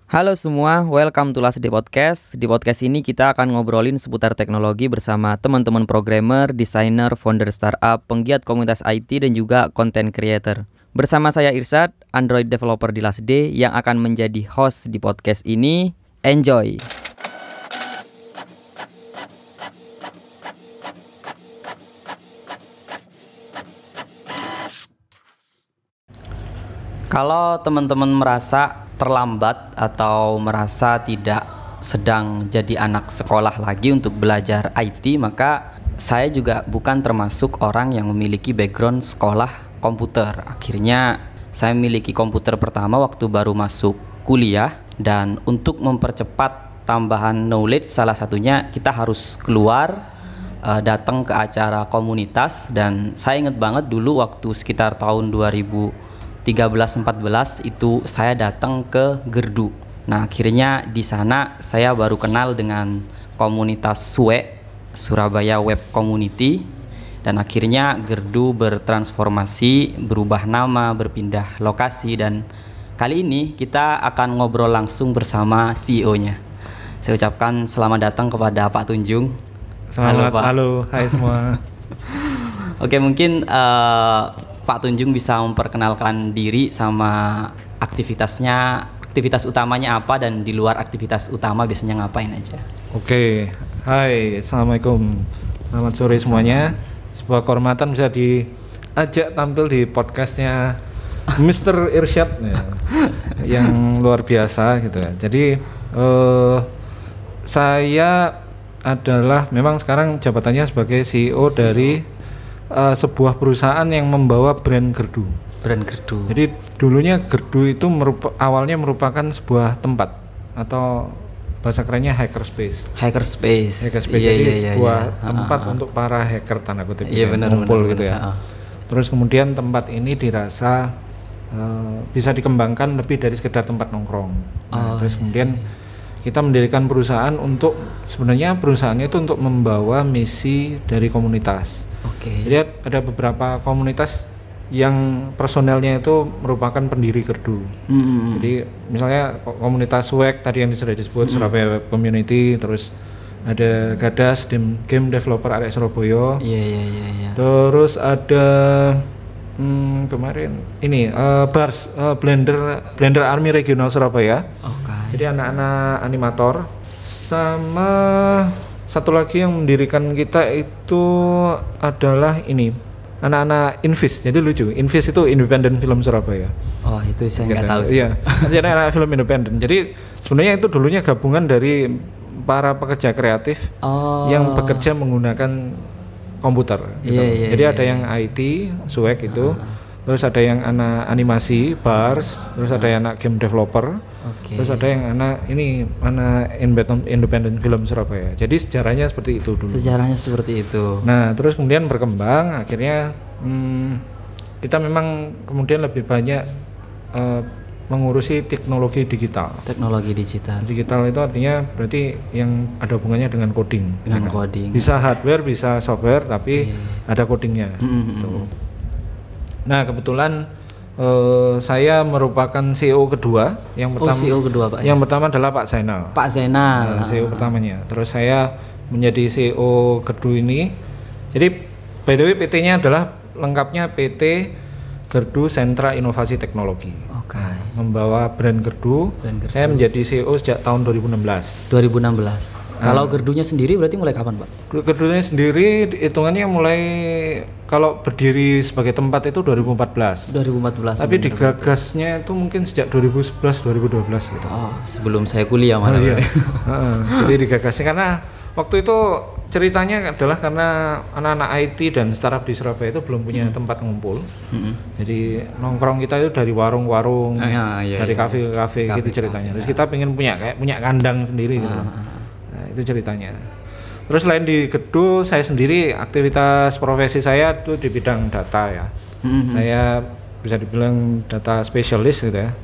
Halo semua, welcome to Last Day Podcast. Di podcast ini kita akan ngobrolin seputar teknologi bersama teman-teman programmer, desainer, founder startup, penggiat komunitas IT, dan juga content creator. Bersama saya Irsyad, Android developer di Last Day yang akan menjadi host di podcast ini. Enjoy! Kalau teman-teman merasa terlambat atau merasa tidak sedang jadi anak sekolah lagi untuk belajar IT, maka saya juga bukan termasuk orang yang memiliki background sekolah komputer. Akhirnya saya memiliki komputer pertama waktu baru masuk kuliah, dan untuk mempercepat tambahan knowledge salah satunya kita harus keluar, datang ke acara komunitas. Dan saya ingat banget dulu waktu sekitar tahun 2013-14 itu saya datang ke Gerdu. Nah, akhirnya di sana saya baru kenal dengan komunitas SWE, Surabaya Web Community, dan akhirnya Gerdu bertransformasi, berubah nama, berpindah lokasi, dan kali ini kita akan ngobrol langsung bersama CEO-nya. Saya ucapkan selamat datang kepada Pak Tunjung. Selamat, halo, hai semua. Oke, mungkin Pak Tunjung bisa memperkenalkan diri sama aktivitas utamanya apa, dan di luar aktivitas utama biasanya ngapain aja. Oke, hai, assalamualaikum, selamat sore semuanya. Sebuah kehormatan bisa diajak tampil di podcastnya Mr. Irsyad ya, yang luar biasa gitu ya. Jadi saya adalah memang sekarang jabatannya sebagai CEO dari sebuah perusahaan yang membawa brand Gerdu. Jadi dulunya Gerdu itu awalnya merupakan sebuah tempat, atau bahasa kerennya hackerspace. Jadi sebuah tempat untuk para hacker tanda kutip ngumpul gitu ya. Terus kemudian tempat ini dirasa bisa dikembangkan lebih dari sekedar tempat nongkrong. Terus kemudian kita mendirikan perusahaan untuk, sebenarnya perusahaannya itu untuk membawa misi dari komunitas. Jadi ada beberapa komunitas yang personelnya itu merupakan pendiri Gerdu. Jadi misalnya komunitas WEC tadi yang sudah disebut, Surabaya Web Community, terus ada Gadas game developer area Surabaya. Terus ada kemarin ini Bars Blender Army Regional Surabaya. Jadi anak-anak animator. Sama satu lagi yang mendirikan kita itu adalah ini, anak-anak Invis. Jadi lucu, Invis itu Independent Film Surabaya. Oh, itu saya nggak tahu sih. Iya, jadi anak-anak film independen. Jadi sebenarnya itu dulunya gabungan dari para pekerja kreatif yang bekerja menggunakan komputer gitu. Jadi ada yang IT, SWEC itu, terus ada yang anak animasi, Bars, terus ada yang anak game developer, terus ada yang anak independent film Surabaya. Jadi sejarahnya seperti itu dulu. Nah, terus kemudian berkembang, akhirnya kita memang kemudian lebih banyak mengurusi teknologi digital. Digital itu artinya berarti yang ada hubungannya dengan coding. Bisa hardware, bisa software, tapi ada codingnya. Gitu. Nah, kebetulan saya merupakan CEO kedua. Yang pertama adalah Pak Zainal. CEO pertamanya. Terus saya menjadi CEO Gerdu ini. Jadi by the way PT-nya adalah lengkapnya PT Gerdu Sentra Inovasi Teknologi. Membawa brand Gerdu. Saya menjadi CEO sejak tahun 2016. Kalau Gerdunya sendiri berarti mulai kapan, Pak? Gerdunya sendiri hitungannya mulai, kalau berdiri sebagai tempat itu 2014. Tapi digagasnya itu mungkin sejak 2011-2012 gitu. Sebelum saya kuliah malah. Jadi digagasnya karena waktu itu ceritanya adalah karena anak-anak IT dan startup di Surabaya itu belum punya tempat ngumpul. Jadi nongkrong kita itu dari warung-warung, dari kafe ke kafe gitu ceritanya. Terus kita pengen punya kandang sendiri gitu. Nah, itu ceritanya. Terus selain di Gerdu, saya sendiri aktivitas profesi saya itu di bidang data ya. Saya bisa dibilang data specialist gitu ya.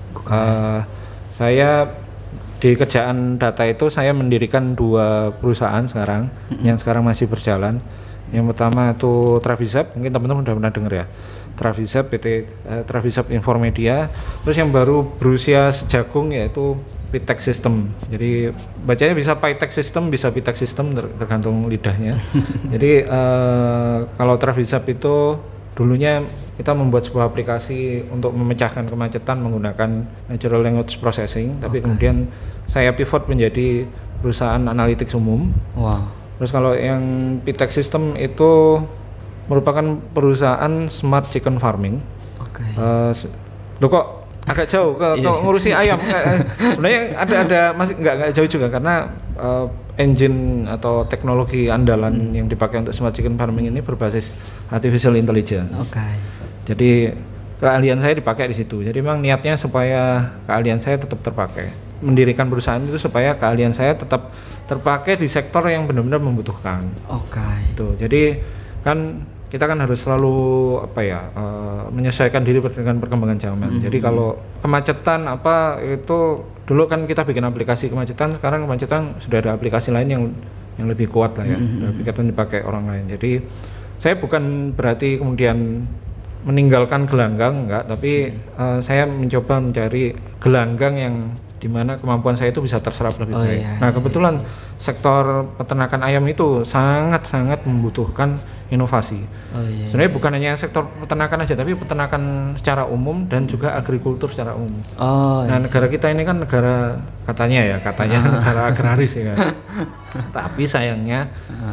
Saya di kerjaan data itu saya mendirikan 2 perusahaan sekarang yang sekarang masih berjalan. Yang pertama itu Travisep, mungkin teman-teman sudah pernah dengar ya. Travisep, PT Travisep Informedia. Terus yang baru berusia sejagung yaitu Pitek System. Jadi bacanya bisa Pitek System, bisa Pitek System tergantung lidahnya. Jadi kalau Travisap itu dulunya kita membuat sebuah aplikasi untuk memecahkan kemacetan menggunakan natural language processing, tapi kemudian saya pivot menjadi perusahaan analytics umum. Wow. Terus kalau yang Pitek System itu merupakan perusahaan smart chicken farming. Oke. Loh kok agak jauh ke ngurusi ayam. Sebenarnya ada masih enggak jauh juga karena engine atau teknologi andalan yang dipakai untuk smart chicken farming ini berbasis artificial intelligence. Oke. Jadi keahlian saya dipakai di situ. Jadi memang niatnya supaya keahlian saya tetap terpakai. Mendirikan perusahaan itu supaya keahlian saya tetap terpakai di sektor yang benar-benar membutuhkan. Oke. Tuh. Jadi kan kita kan harus selalu menyesuaikan diri dengan perkembangan zaman. Jadi kalau kemacetan itu dulu kan kita bikin aplikasi kemacetan, sekarang kemacetan sudah ada aplikasi lain yang lebih kuat lah ya. Aplikasi yang dipakai orang lain. Jadi saya bukan berarti kemudian meninggalkan gelanggang enggak, tapi saya mencoba mencari gelanggang yang di mana kemampuan saya itu bisa terserap lebih baik. Nah, kebetulan sektor peternakan ayam itu sangat-sangat membutuhkan inovasi. Sebenarnya bukan hanya sektor peternakan aja, tapi peternakan secara umum dan juga agrikultur secara umum. Nah, negara kita ini kan negara katanya negara agraris ya kan. Tapi sayangnya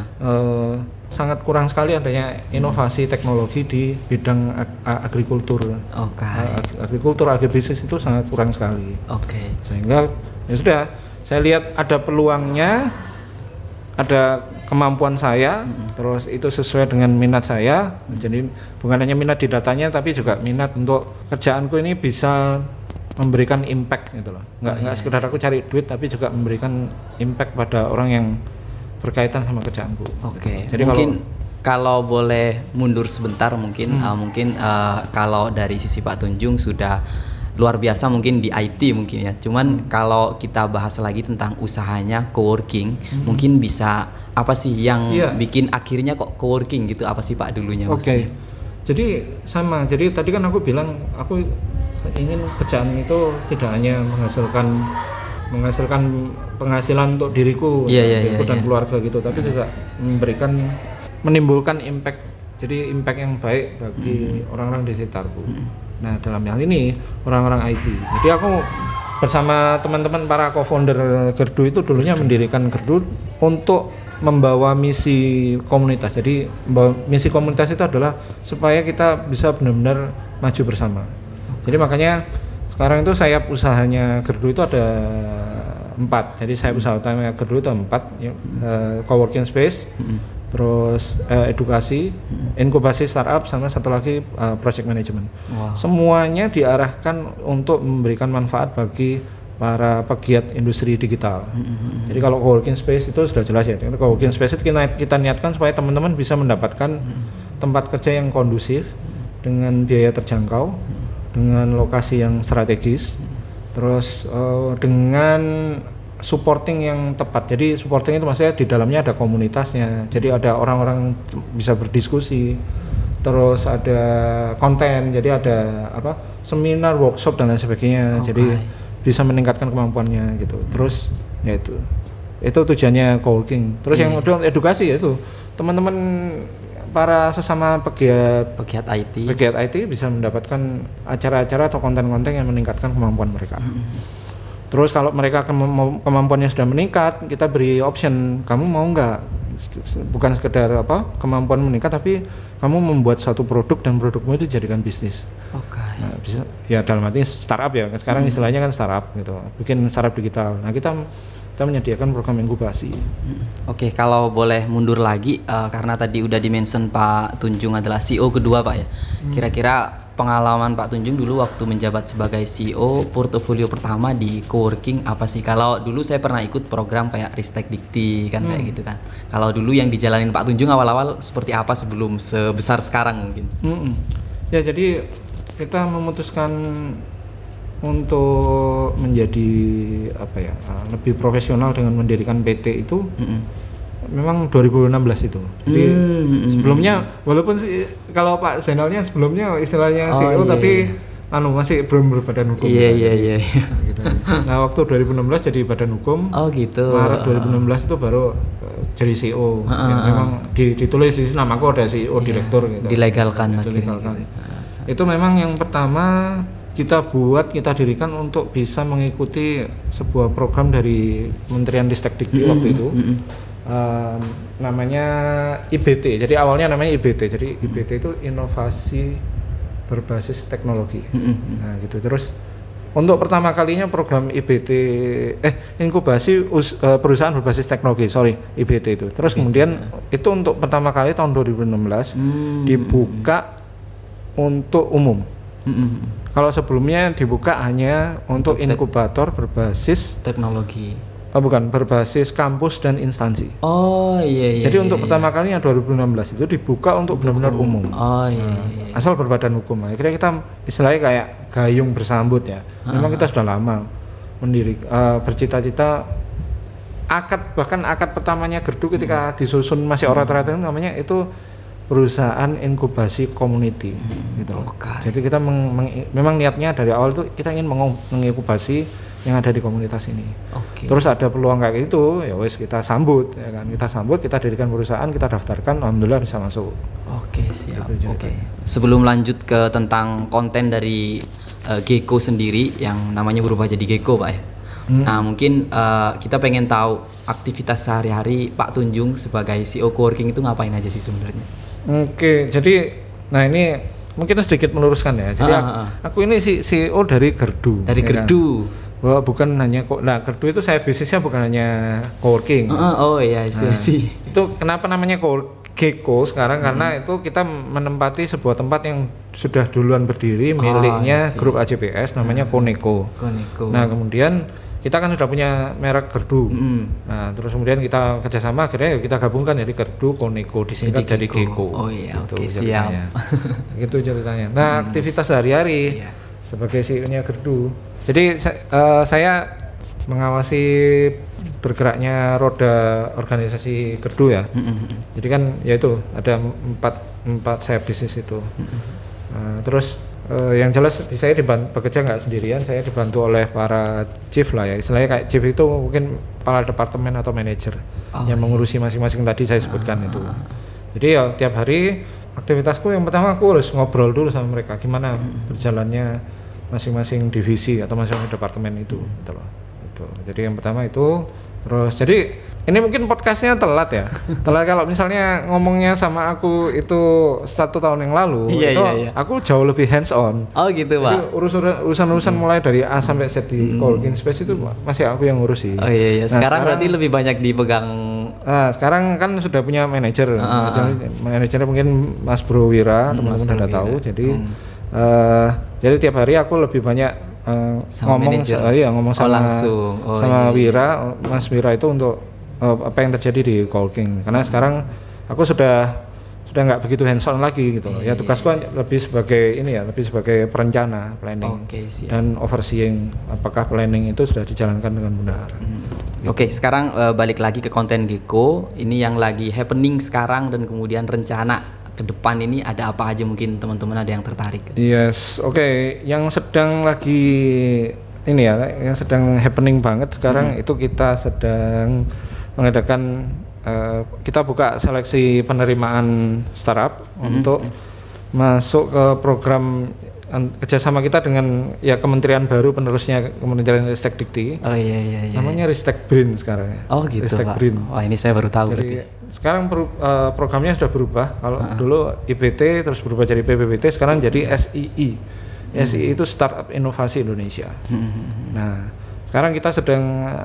sangat kurang sekali adanya inovasi teknologi di bidang agrikultur. Agrikultur, agribisnis itu sangat kurang sekali. Sehingga ya sudah, saya lihat ada peluangnya, ada kemampuan saya, terus itu sesuai dengan minat saya. Jadi bukan hanya minat di datanya, tapi juga minat untuk kerjaanku ini bisa memberikan impact gitu loh. Nggak sekedar aku cari duit, tapi juga memberikan impact pada orang yang berkaitan sama kerjaanku. Jadi mungkin kalau boleh mundur sebentar mungkin kalau dari sisi Pak Tunjung sudah luar biasa mungkin di IT mungkin ya. Cuman kalau kita bahas lagi tentang usahanya coworking, mungkin bisa apa sih yang bikin akhirnya kok coworking gitu? Apa sih Pak dulunya? Jadi sama. Jadi tadi kan aku bilang aku ingin kerjaan itu tidak hanya menghasilkan penghasilan untuk diriku dan keluarga gitu, tapi juga menimbulkan impact. Jadi impact yang baik bagi orang-orang di sekitarku. Nah, dalam hal ini orang-orang IT. Jadi aku bersama teman-teman para co-founder Gerdu itu dulunya mendirikan Gerdu untuk membawa misi komunitas. Jadi misi komunitas itu adalah supaya kita bisa benar-benar maju bersama. Jadi makanya sekarang itu sayap usahanya Gerdu itu ada 4. Jadi sayap usaha utama Gerdu itu 4, coworking space, terus edukasi, inkubasi startup, sama satu lagi project management. Semuanya diarahkan untuk memberikan manfaat bagi para pegiat industri digital. Jadi kalau coworking space itu sudah jelas ya. Coworking space itu kita niatkan supaya teman-teman bisa mendapatkan tempat kerja yang kondusif dengan biaya terjangkau, dengan lokasi yang strategis, terus dengan supporting yang tepat. Jadi supporting itu maksudnya di dalamnya ada komunitasnya, jadi ada orang-orang bisa berdiskusi, terus ada konten, jadi ada seminar, workshop dan lain sebagainya. Jadi bisa meningkatkan kemampuannya gitu. Terus ya itu tujuannya coworking. Terus yang kedua edukasi, yaitu teman-teman para sesama pegiat IT bisa mendapatkan acara-acara atau konten-konten yang meningkatkan kemampuan mereka. Terus kalau mereka kemampuannya sudah meningkat, kita beri option, kamu mau nggak, bukan sekedar kemampuan meningkat, tapi kamu membuat suatu produk dan produkmu itu dijadikan bisnis. Nah, bisa, ya dalam arti startup ya, sekarang istilahnya kan startup gitu, bikin startup digital. Nah kita menyediakan program inkubasi. Kalau boleh mundur lagi, karena tadi udah di-mention Pak Tunjung adalah CEO kedua Pak ya. Kira-kira pengalaman Pak Tunjung dulu waktu menjabat sebagai CEO, portofolio pertama di coworking apa sih? Kalau dulu saya pernah ikut program kayak Ristek Dikti kan kayak gitu kan. Kalau dulu yang dijalanin Pak Tunjung awal-awal seperti apa sebelum sebesar sekarang mungkin? Ya jadi kita memutuskan untuk menjadi lebih profesional dengan mendirikan PT itu memang 2016 itu. Jadi sebelumnya walaupun kalau Pak Zainalnya sebelumnya istilahnya CEO tapi masih belum berbadan hukum. Iya. Gitu. Nah, waktu 2016 jadi badan hukum. Oh gitu. Maret 2016 itu baru jadi CEO. Ya, memang ditulis di sini namaku ada CEO direktur gitu. Dilegalkan. Itu memang yang pertama kita dirikan untuk bisa mengikuti sebuah program dari Kementerian Ristekdikti waktu itu. Namanya IBT. Jadi awalnya namanya IBT. Jadi IBT itu inovasi berbasis teknologi. Nah, gitu. Terus untuk pertama kalinya program IBT inkubasi perusahaan berbasis teknologi, IBT itu. Terus kemudian itu untuk pertama kali tahun 2016 dibuka untuk umum. Kalau sebelumnya dibuka hanya untuk inkubator berbasis teknologi. Berbasis kampus dan instansi. Oh iya. Jadi untuk pertama kalinya 2016 itu dibuka untuk benar-benar umum. Oh iya. Asal berbadan hukum. Akhirnya kita istilahnya kayak gayung bersambut ya. Memang kita sudah lama bercita-cita akad pertamanya Gerdu ketika disusun masih orang-orang itu namanya itu perusahaan inkubasi community gitu loh. Jadi kita memang niatnya dari awal itu kita ingin menginkubasi yang ada di komunitas ini. Terus ada peluang kayak gitu, ya wes kita sambut ya kan. Kita dirikan perusahaan, kita daftarkan, alhamdulillah bisa masuk. Siap. Sebelum lanjut ke tentang konten dari Gecko sendiri yang namanya berubah jadi Gecko, Pak ya. Nah, mungkin kita pengen tahu aktivitas sehari-hari Pak Tunjung sebagai CEO Coworking itu ngapain aja sih sebenarnya? Jadi ini mungkin sedikit meluruskan ya. Jadi aku ini CEO dari Gerdu. Dari Gerdu. Kan? Bukan hanya Gerdu itu saya bisnisnya bukan hanya coworking. Itu kenapa namanya Gecko sekarang karena itu kita menempati sebuah tempat yang sudah duluan berdiri miliknya grup AJPS namanya Koneko. Nah, kemudian kita kan sudah punya merek Gerdu. Nah, terus kemudian kita kerjasama akhirnya kita gabungkan jadi Gerdu Koneko disingkat jadi Gecko. Siap. Gitu ceritanya. Nah, aktivitas sehari-hari sebagai CEO-nya Gerdu. Jadi saya mengawasi bergeraknya roda organisasi Gerdu ya. Jadi kan ya itu ada empat sayap bisnis itu. Terus yang jelas saya bekerja nggak sendirian, saya dibantu oleh para chief lah ya. Istilahnya kayak chief itu mungkin kepala departemen atau manajer yang mengurusi masing-masing tadi saya sebutkan itu. Jadi ya tiap hari aktivitasku yang pertama aku harus ngobrol dulu sama mereka gimana berjalannya masing-masing divisi atau masing-masing departemen itu gitu loh. Jadi yang pertama itu terus jadi ini mungkin podcastnya telat ya. Telat kalau misalnya ngomongnya sama aku itu 1 tahun yang lalu aku jauh lebih hands on. Gitu, Pak. Urusan mulai dari A sampai Z di coworking space itu masih aku yang ngurusi. Nah, sekarang berarti lebih banyak dipegang. Sekarang kan sudah punya manajer. Manajernya mungkin Mas Bro Wira, teman-teman sudah tahu. Jadi tiap hari aku lebih banyak ngomong sama Wira, Mas Wira itu untuk apa yang terjadi di coworking. Karena sekarang aku sudah nggak begitu hands on lagi gitu. Ya tugasku lebih sebagai perencana, planning dan overseeing apakah planning itu sudah dijalankan dengan benar. Sekarang balik lagi ke konten Gecko. Ini yang lagi happening sekarang dan kemudian rencana ke depan ini ada apa aja, mungkin teman-teman ada yang tertarik. Yang sedang yang sedang happening banget sekarang itu kita sedang mengadakan kita buka seleksi penerimaan startup untuk masuk ke program kerjasama kita dengan kementerian baru penerusnya Kementerian Ristekdikti. Namanya Ristek Brin sekarang ya. Gitu, Ristek Pak. Brin. Ini saya baru tahu. Jadi sekarang programnya sudah berubah. Kalau dulu IBT terus berubah jadi PPBT, sekarang jadi SII. SII itu Startup Inovasi Indonesia. Nah, sekarang kita sedang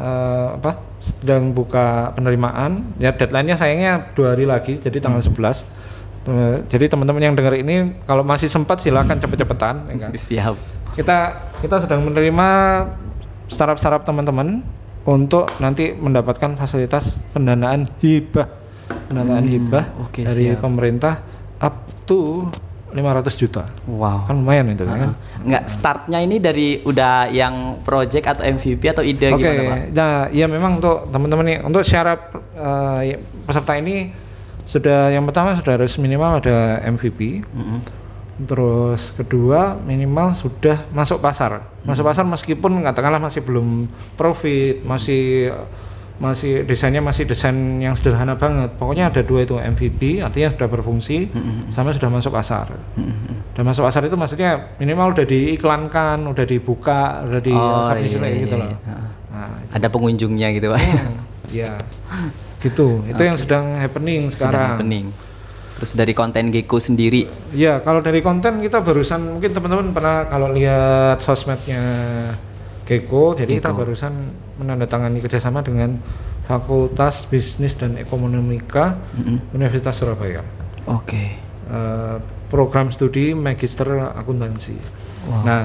buka penerimaan. Ya deadline-nya sayangnya 2 hari lagi, jadi tanggal 11. Jadi teman-teman yang dengar ini kalau masih sempat silakan cepet-cepetan. Ya kan? Siap. Kita sedang menerima startup teman-teman untuk nanti mendapatkan fasilitas pendanaan hibah dari pemerintah up to 500 juta. Wow. Kan lumayan itu kan. Enggak, startnya ini dari udah yang project atau MVP atau ide gimana, Pak? Nah, ya memang untuk teman-teman nih, untuk syarat peserta ini yang pertama sudah harus minimal ada MVP. Terus kedua minimal sudah masuk pasar. Masuk pasar meskipun katakanlah masih belum profit, masih desainnya masih desain yang sederhana banget. Pokoknya ada 2 itu, MVP artinya sudah berfungsi sama sudah masuk pasar. Dan masuk pasar itu maksudnya minimal udah diiklankan, udah dibuka, udah di submission gitu loh. Nah, ada pengunjungnya gitu Pak. Iya. Gitu. Itu yang sedang happening sekarang. Terus dari konten Gecko sendiri? Ya, kalau dari konten kita barusan mungkin teman-teman pernah kalau lihat sosmednya Gecko, jadi kita barusan menandatangani kerjasama dengan Fakultas Bisnis dan Ekonomika Universitas Surabaya. Oke. Program studi Magister Akuntansi. Wow. Nah,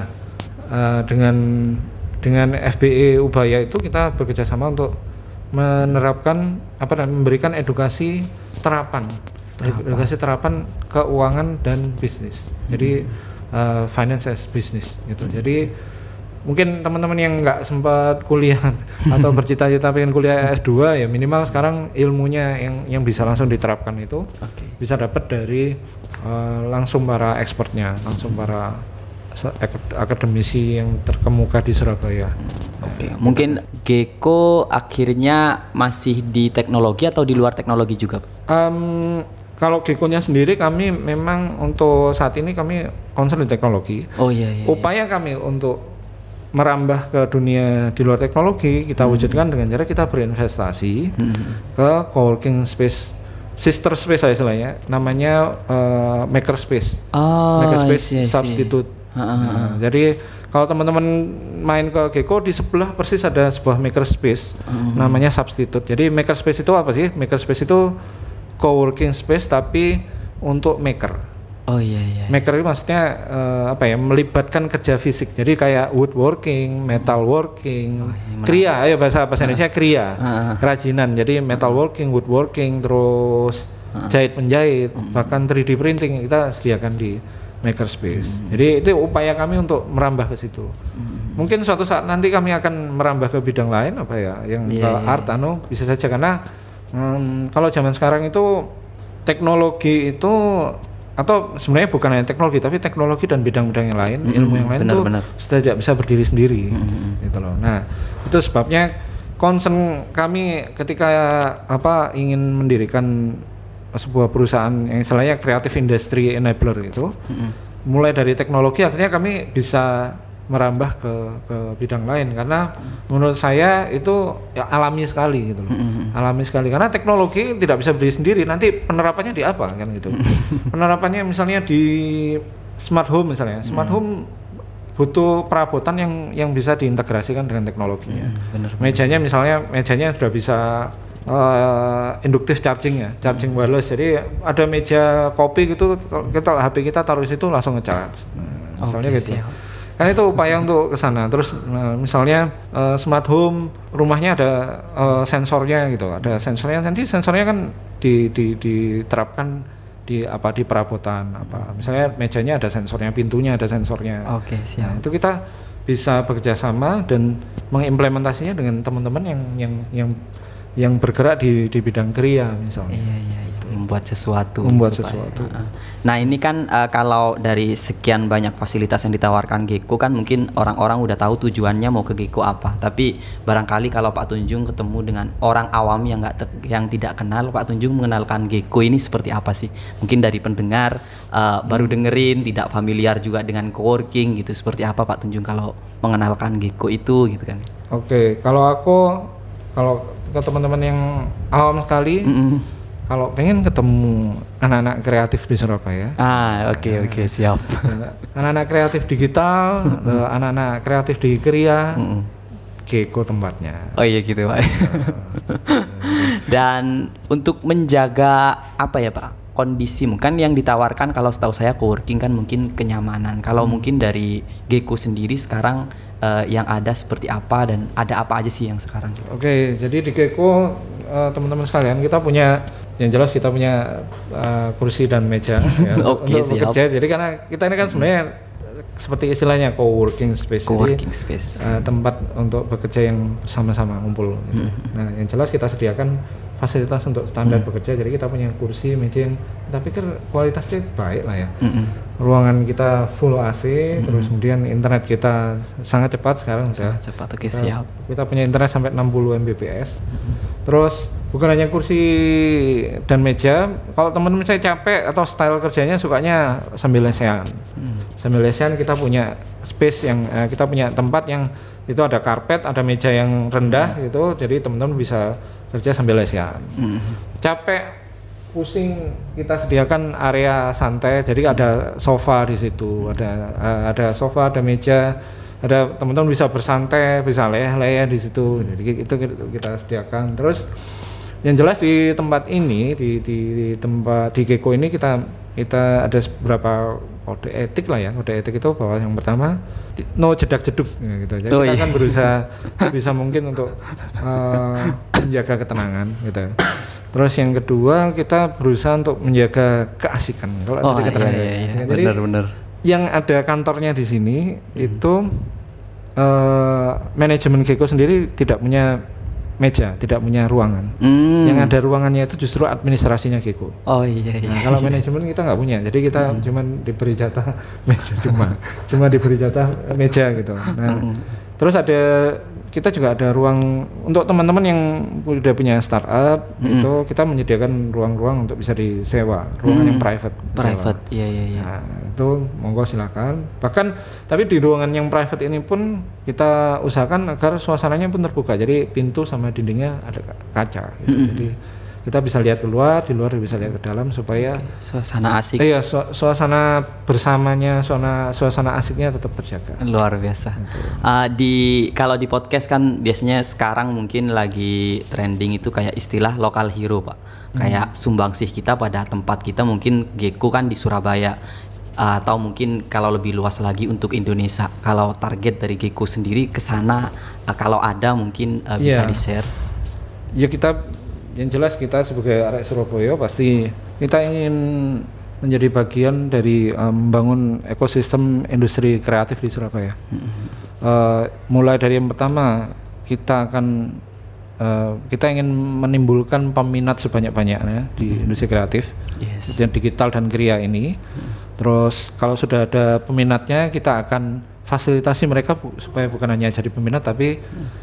dengan FBE Ubaya itu kita bekerjasama untuk menerapkan memberikan edukasi terapan keuangan dan bisnis. Jadi finance as business gitu. Jadi mungkin teman-teman yang nggak sempat kuliah atau bercita-cita pengen kuliah S2 ya minimal sekarang ilmunya yang bisa langsung diterapkan itu bisa dapat dari langsung para expertnya, langsung para akademisi yang terkemuka di Surabaya. Mungkin Gecko akhirnya masih di teknologi atau di luar teknologi juga? Kalau Gecko-nya sendiri kami memang untuk saat ini kami concern di teknologi. Upaya kami untuk merambah ke dunia di luar teknologi kita wujudkan dengan cara kita berinvestasi ke coworking space, sister space istilahnya, namanya makerspace. Makerspace substitute. Jadi kalau teman-teman main ke Gecko di sebelah persis ada sebuah makerspace namanya substitute. Jadi makerspace itu apa sih? Makerspace itu co-working space tapi untuk maker. Maker itu maksudnya melibatkan kerja fisik. Jadi kayak woodworking, metalworking, kriya, bahasa Indonesia kriya, kerajinan. Jadi metalworking, woodworking, terus jahit menjahit, bahkan 3D printing kita sediakan di makerspace. Jadi itu upaya kami untuk merambah ke situ. Mungkin suatu saat nanti kami akan merambah ke bidang lain yang ke art bisa saja karena kalau zaman sekarang itu teknologi itu atau sebenarnya bukan hanya teknologi tapi teknologi dan bidang-bidang yang lain, ilmu yang lain itu sudah tidak bisa berdiri sendiri gitu loh. Nah, itu sebabnya concern kami ketika ingin mendirikan sebuah perusahaan yang istilahnya creative industry enabler itu mulai dari teknologi akhirnya kami bisa merambah ke bidang lain karena menurut saya itu alami sekali gitu loh. Alami sekali karena teknologi tidak bisa berdiri sendiri, nanti penerapannya di apa kan gitu. Penerapannya misalnya di smart home misalnya. Smart home butuh perabotan yang bisa diintegrasikan dengan teknologinya. Mejanya sudah bisa inductive charging charging wireless. Jadi ada meja kopi gitu, kita HP kita taruh di situ langsung nge-charge. Misalnya gitu. Karena itu upaya untuk ke sana. Terus misalnya smart home rumahnya ada sensornya gitu. Ada sensornya, nanti sensornya kan diterapkan di perabotan Misalnya mejanya ada sensornya, pintunya ada sensornya. Nah, itu kita bisa bekerja sama dan mengimplementasinya dengan teman-teman yang bergerak di bidang kriya misalnya. Membuat sesuatu. Nah ini kan kalau dari sekian banyak fasilitas yang ditawarkan Gecko kan mungkin orang-orang udah tahu tujuannya mau ke Gecko apa. Tapi barangkali kalau Pak Tunjung ketemu dengan orang awam yang tidak kenal, Pak Tunjung mengenalkan Gecko ini seperti apa sih? Mungkin dari pendengar baru dengerin, tidak familiar juga dengan coworking gitu. Seperti apa Pak Tunjung kalau mengenalkan Gecko itu gitu kan? Kalau ke teman-teman yang awam sekali. Kalau pengen ketemu anak-anak kreatif di Surabaya. Siap. Anak-anak kreatif digital, anak-anak kreatif di kriya, Gecko tempatnya. Gitu Pak. Dan untuk menjaga Pak, kondisi mungkin yang ditawarkan kalau setahu saya coworking kan mungkin kenyamanan. Kalau mungkin dari Gecko sendiri sekarang yang ada seperti apa dan ada apa aja sih yang sekarang? Jadi di Gecko teman-teman sekalian kita punya kursi dan meja untuk bekerja. Jadi karena kita ini kan sebenarnya seperti istilahnya co-working space. Tempat untuk bekerja yang sama-sama ngumpul gitu. Nah, yang jelas kita sediakan fasilitas untuk standar bekerja. Jadi kita punya kursi, meja yang kita pikir kualitasnya baik lah ya. Ruangan kita full AC, terus kemudian internet kita sangat cepat sekarang sudah. Cepat, oke, siap. Kita punya internet sampai 60 Mbps. Terus bukan hanya kursi dan meja, kalau teman-teman saya capek atau style kerjanya sukanya sambil lesehan. Sambil lesehan kita punya space yang kita punya tempat yang itu ada karpet, ada meja yang rendah gitu, jadi teman-teman bisa kerja sambil lesehan. Capek, pusing, kita sediakan area santai, jadi ada sofa di situ, ada sofa, ada meja, ada teman-teman bisa bersantai, bisa leyeh-leyeh di situ. Jadi itu kita sediakan. Terus yang jelas di tempat ini di tempat di Gecko ini kita ada beberapa kode etik lah ya. Kode etik itu bahwa yang pertama no jedak-jeduk gitu. Jadi kita akan berusaha bisa mungkin untuk menjaga ketenangan gitu. Terus yang kedua kita berusaha untuk menjaga keasikan. Kalau ada ketenangan. Iya. Jadi benar. Yang ada kantornya di sini itu manajemen Gecko sendiri tidak punya meja, tidak punya ruangan. Yang ada ruangannya itu justru administrasinya Gecko. Oh iya. Nah, kalau manajemen kita nggak punya, jadi kita cuma diberi jatah meja, cuma diberi jatah meja gitu. Nah, terus kita juga ada ruang untuk teman-teman yang udah punya startup, itu kita menyediakan ruang-ruang untuk bisa disewa, ruangan yang private. Iya. Nah, itu monggo silakan. Bahkan tapi di ruangan yang private ini pun kita usahakan agar suasananya pun terbuka. Jadi pintu sama dindingnya ada kaca gitu. Jadi kita bisa lihat keluar, di luar bisa lihat ke dalam supaya suasana asik. Iya, suasana bersamanya, suasana asiknya tetap terjaga. Luar biasa. Kalau di podcast kan biasanya sekarang mungkin lagi trending itu kayak istilah lokal hero, Pak. Kayak sumbangsih kita pada tempat kita, mungkin Gecko kan di Surabaya. Atau mungkin kalau lebih luas lagi untuk Indonesia. Kalau target dari Gecko sendiri ke sana, kalau ada mungkin bisa di-share. Ya yang jelas kita sebagai arek Surabaya pasti kita ingin menjadi bagian dari membangun ekosistem industri kreatif di Surabaya. Mulai dari yang pertama kita ingin menimbulkan peminat sebanyak-banyaknya di industri kreatif, dan digital dan kriya ini. Terus kalau sudah ada peminatnya, kita akan fasilitasi mereka supaya bukan hanya jadi peminat tapi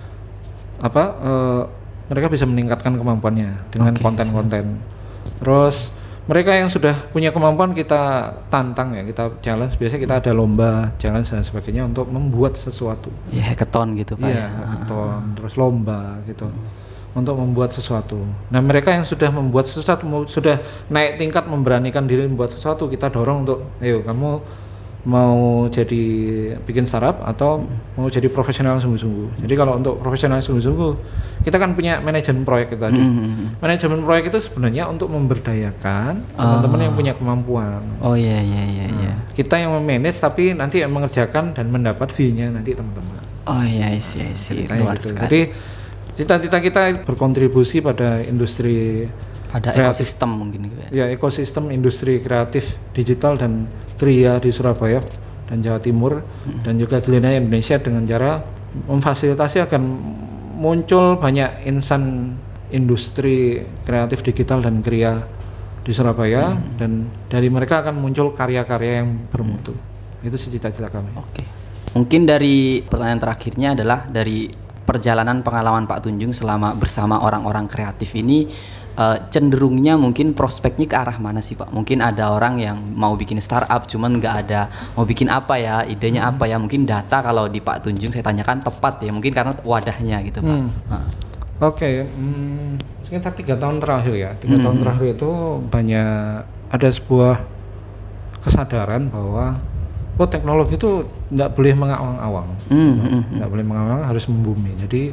mereka bisa meningkatkan kemampuannya dengan konten-konten. Terus mereka yang sudah punya kemampuan kita tantang ya, kita challenge. Biasanya kita ada lomba, challenge dan sebagainya untuk membuat sesuatu. Ya, hackathon gitu Pak. Iya, hackathon, terus lomba gitu. Untuk membuat sesuatu. Nah, mereka yang sudah membuat sesuatu, sudah naik tingkat memberanikan diri membuat sesuatu, kita dorong untuk, ayo kamu mau jadi bikin startup atau mau jadi profesional sungguh-sungguh. Jadi kalau untuk profesional sungguh-sungguh, kita kan punya manajemen proyek itu tadi. Manajemen proyek itu sebenarnya untuk memberdayakan teman-teman yang punya kemampuan. Oh iya. Kita yang memanage tapi nanti yang mengerjakan dan mendapat fee-nya nanti teman-teman. Oh iya, luar gitu. sekali. Jadi cita-cita kita berkontribusi pada industri pada kreatif. Ekosistem mungkin gitu ya. Ya, ekosistem industri kreatif digital dan kriya di Surabaya dan Jawa Timur dan juga di Indonesia dengan cara memfasilitasi agar muncul banyak insan industri kreatif digital dan kriya di Surabaya dan dari mereka akan muncul karya-karya yang bermutu. Itu sih cita-cita kami. Oke. Mungkin dari pertanyaan terakhirnya adalah dari perjalanan pengalaman Pak Tunjung selama bersama orang-orang kreatif ini, cenderungnya mungkin prospeknya ke arah mana sih Pak? Mungkin ada orang yang mau bikin startup cuman nggak ada mau bikin apa ya, idenya apa ya, mungkin data kalau di Pak Tunjung saya tanyakan tepat ya, mungkin karena wadahnya gitu Pak. Oke, sekitar 3 tahun terakhir ya, 3 tahun terakhir itu banyak ada sebuah kesadaran bahwa teknologi itu nggak boleh mengawang-awang, nggak boleh mengawang, harus membumi. Jadi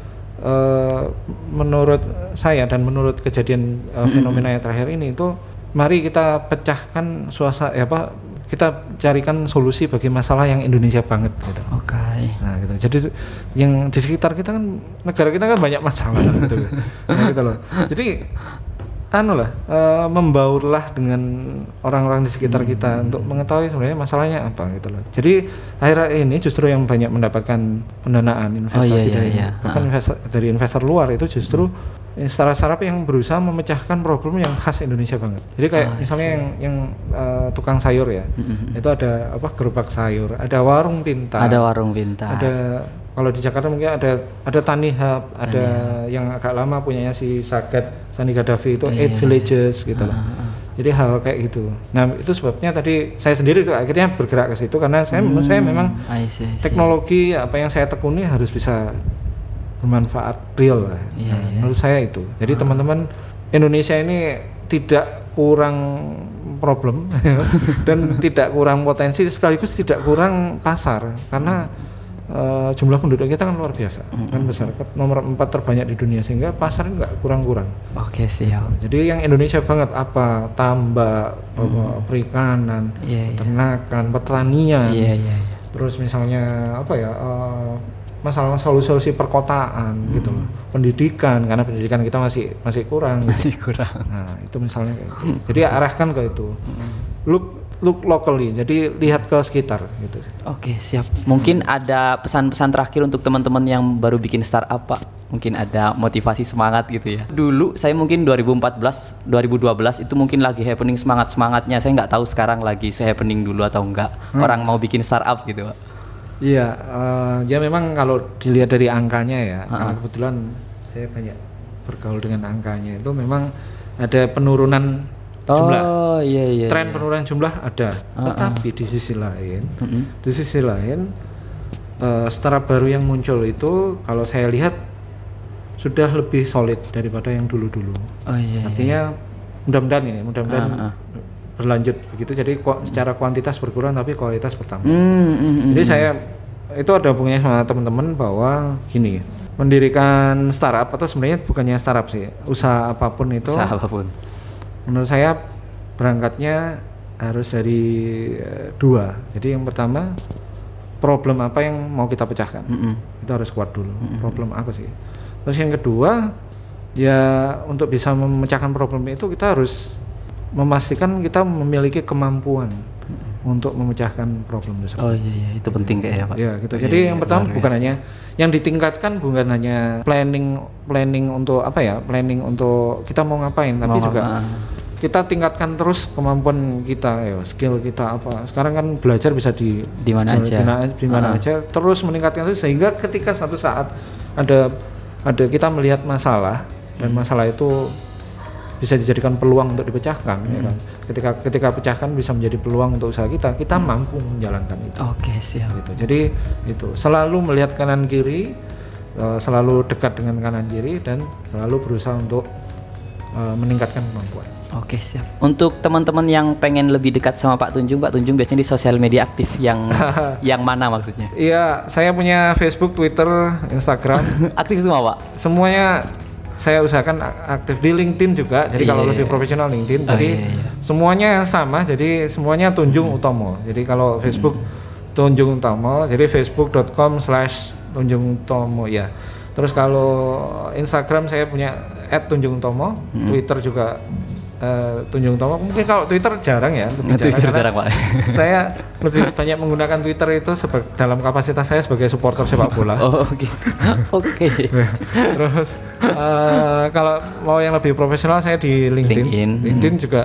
menurut saya dan menurut kejadian fenomena yang terakhir ini itu, mari kita pecahkan kita carikan solusi bagi masalah yang Indonesia banget gitu. Oke. Nah gitu. Jadi yang di sekitar kita kan, negara kita kan banyak masalah gitu. Nah, gitu loh. Jadi membaurlah dengan orang-orang di sekitar kita untuk mengetahui sebenarnya masalahnya apa gitu loh. Jadi akhir ini justru yang banyak mendapatkan pendanaan investasi bahkan dari investor luar itu justru startup yang berusaha memecahkan problem yang khas Indonesia banget. Jadi kayak misalnya yang tukang sayur ya, itu ada gerobak sayur, ada warung pintar, ada kalau di Jakarta mungkin ada Tani Hub, ada yang agak lama punyanya si Saget Sandi Gaddafi itu 8 Villages gitu loh. Jadi hal kayak gitu. Nah itu sebabnya tadi saya sendiri itu akhirnya bergerak ke situ karena menurut saya memang teknologi apa yang saya tekuni harus bisa bermanfaat real lah. Menurut saya itu. Jadi teman-teman Indonesia ini tidak kurang problem dan tidak kurang potensi sekaligus tidak kurang pasar karena jumlah penduduk kita kan luar biasa, kan besar, nomor 4 terbanyak di dunia sehingga pasar ini nggak kurang-kurang. Oke, siap. Jadi yang Indonesia banget apa tambak, perikanan, peternakan, pertanian, terus misalnya masalah solusi perkotaan gitu loh, pendidikan karena pendidikan kita masih kurang. Nah itu misalnya kayak gitu. Jadi arahkan ke itu. Look locally, jadi lihat ke sekitar gitu. Oke, siap. Mungkin ada pesan-pesan terakhir untuk teman-teman yang baru bikin startup, Pak. Mungkin ada motivasi semangat gitu ya. Dulu saya mungkin 2014, 2012 itu mungkin lagi happening semangat-semangatnya. Saya nggak tahu sekarang lagi se-happening dulu atau enggak. Orang mau bikin startup gitu, Pak. Iya, ya memang kalau dilihat dari angkanya ya, karena kebetulan saya banyak bergaul dengan angkanya itu memang ada penurunan jumlah, tren penurunan jumlah ada, tetapi di sisi lain, startup baru yang muncul itu kalau saya lihat sudah lebih solid daripada yang dulu-dulu. Artinya mudah-mudahan berlanjut begitu, jadi secara kuantitas berkurang tapi kualitas bertambah. Jadi saya itu ada hubungannya sama teman-teman bahwa gini, mendirikan startup atau sebenarnya bukannya startup sih, usaha apapun itu. Menurut saya berangkatnya harus dari dua. Jadi yang pertama problem apa yang mau kita pecahkan, itu harus kuat dulu. Problem apa sih? Terus yang kedua ya untuk bisa memecahkan problem itu kita harus memastikan kita memiliki kemampuan untuk memecahkan problem tersebut. Itu penting kayaknya, Pak. Ya gitu. Jadi yang pertama bukan hanya yang ditingkatkan, bukan hanya planning untuk planning untuk kita mau ngapain, tapi juga kita tingkatkan terus kemampuan kita, skill kita apa. Sekarang kan belajar bisa di mana aja, terus meningkatkan itu sehingga ketika suatu saat ada kita melihat masalah dan masalah itu bisa dijadikan peluang untuk dipecahkan, ya kan. Ketika pecahkan bisa menjadi peluang untuk usaha kita mampu menjalankan itu. Oke, siap. Gitu. Jadi itu selalu melihat kanan kiri, selalu dekat dengan kanan kiri dan selalu berusaha untuk meningkatkan kemampuan. Oke, siap. Untuk teman-teman yang pengen lebih dekat sama Pak Tunjung biasanya di sosial media aktif yang yang mana maksudnya? Iya, saya punya Facebook, Twitter, Instagram. Aktif semua, Pak? Semuanya saya usahakan aktif, di LinkedIn juga. Jadi kalau lebih profesional LinkedIn. Jadi semuanya sama. Jadi semuanya Tunjung Utomo. Jadi kalau Facebook Tunjung Utomo, jadi facebook.com/tunjungtomo ya. Terus kalau Instagram saya punya @tunjungtomo, Twitter juga Tunjung Tomo. Mungkin kalau Twitter jarang ya, jarang Pak. Saya lebih banyak menggunakan Twitter itu dalam kapasitas saya sebagai supporter sepak bola. Oh gitu. Oke. Terus kalau mau yang lebih profesional saya di LinkedIn. LinkedIn juga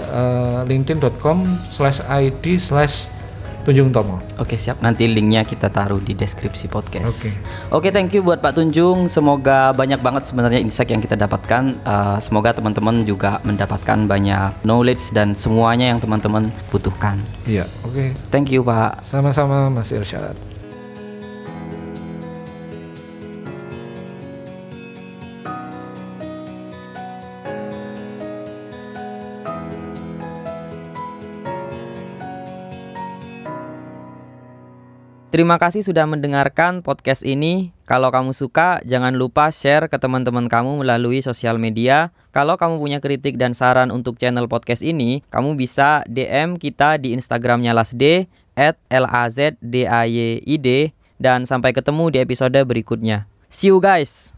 linkedin.com/id/Tunjung Tomo. Oke, siap. Nanti linknya kita taruh di deskripsi podcast. Oke, thank you buat Pak Tunjung. Semoga banyak banget sebenarnya insight yang kita dapatkan. Semoga teman-teman juga mendapatkan banyak knowledge dan semuanya yang teman-teman butuhkan. Iya, oke. Thank you, Pak. Sama-sama, Mas Irsyad. Terima kasih sudah mendengarkan podcast ini. Kalau kamu suka, jangan lupa share ke teman-teman kamu melalui sosial media. Kalau kamu punya kritik dan saran untuk channel podcast ini, kamu bisa DM kita di Instagramnya Lasd @LAZDAYID. Dan sampai ketemu di episode berikutnya. See you guys!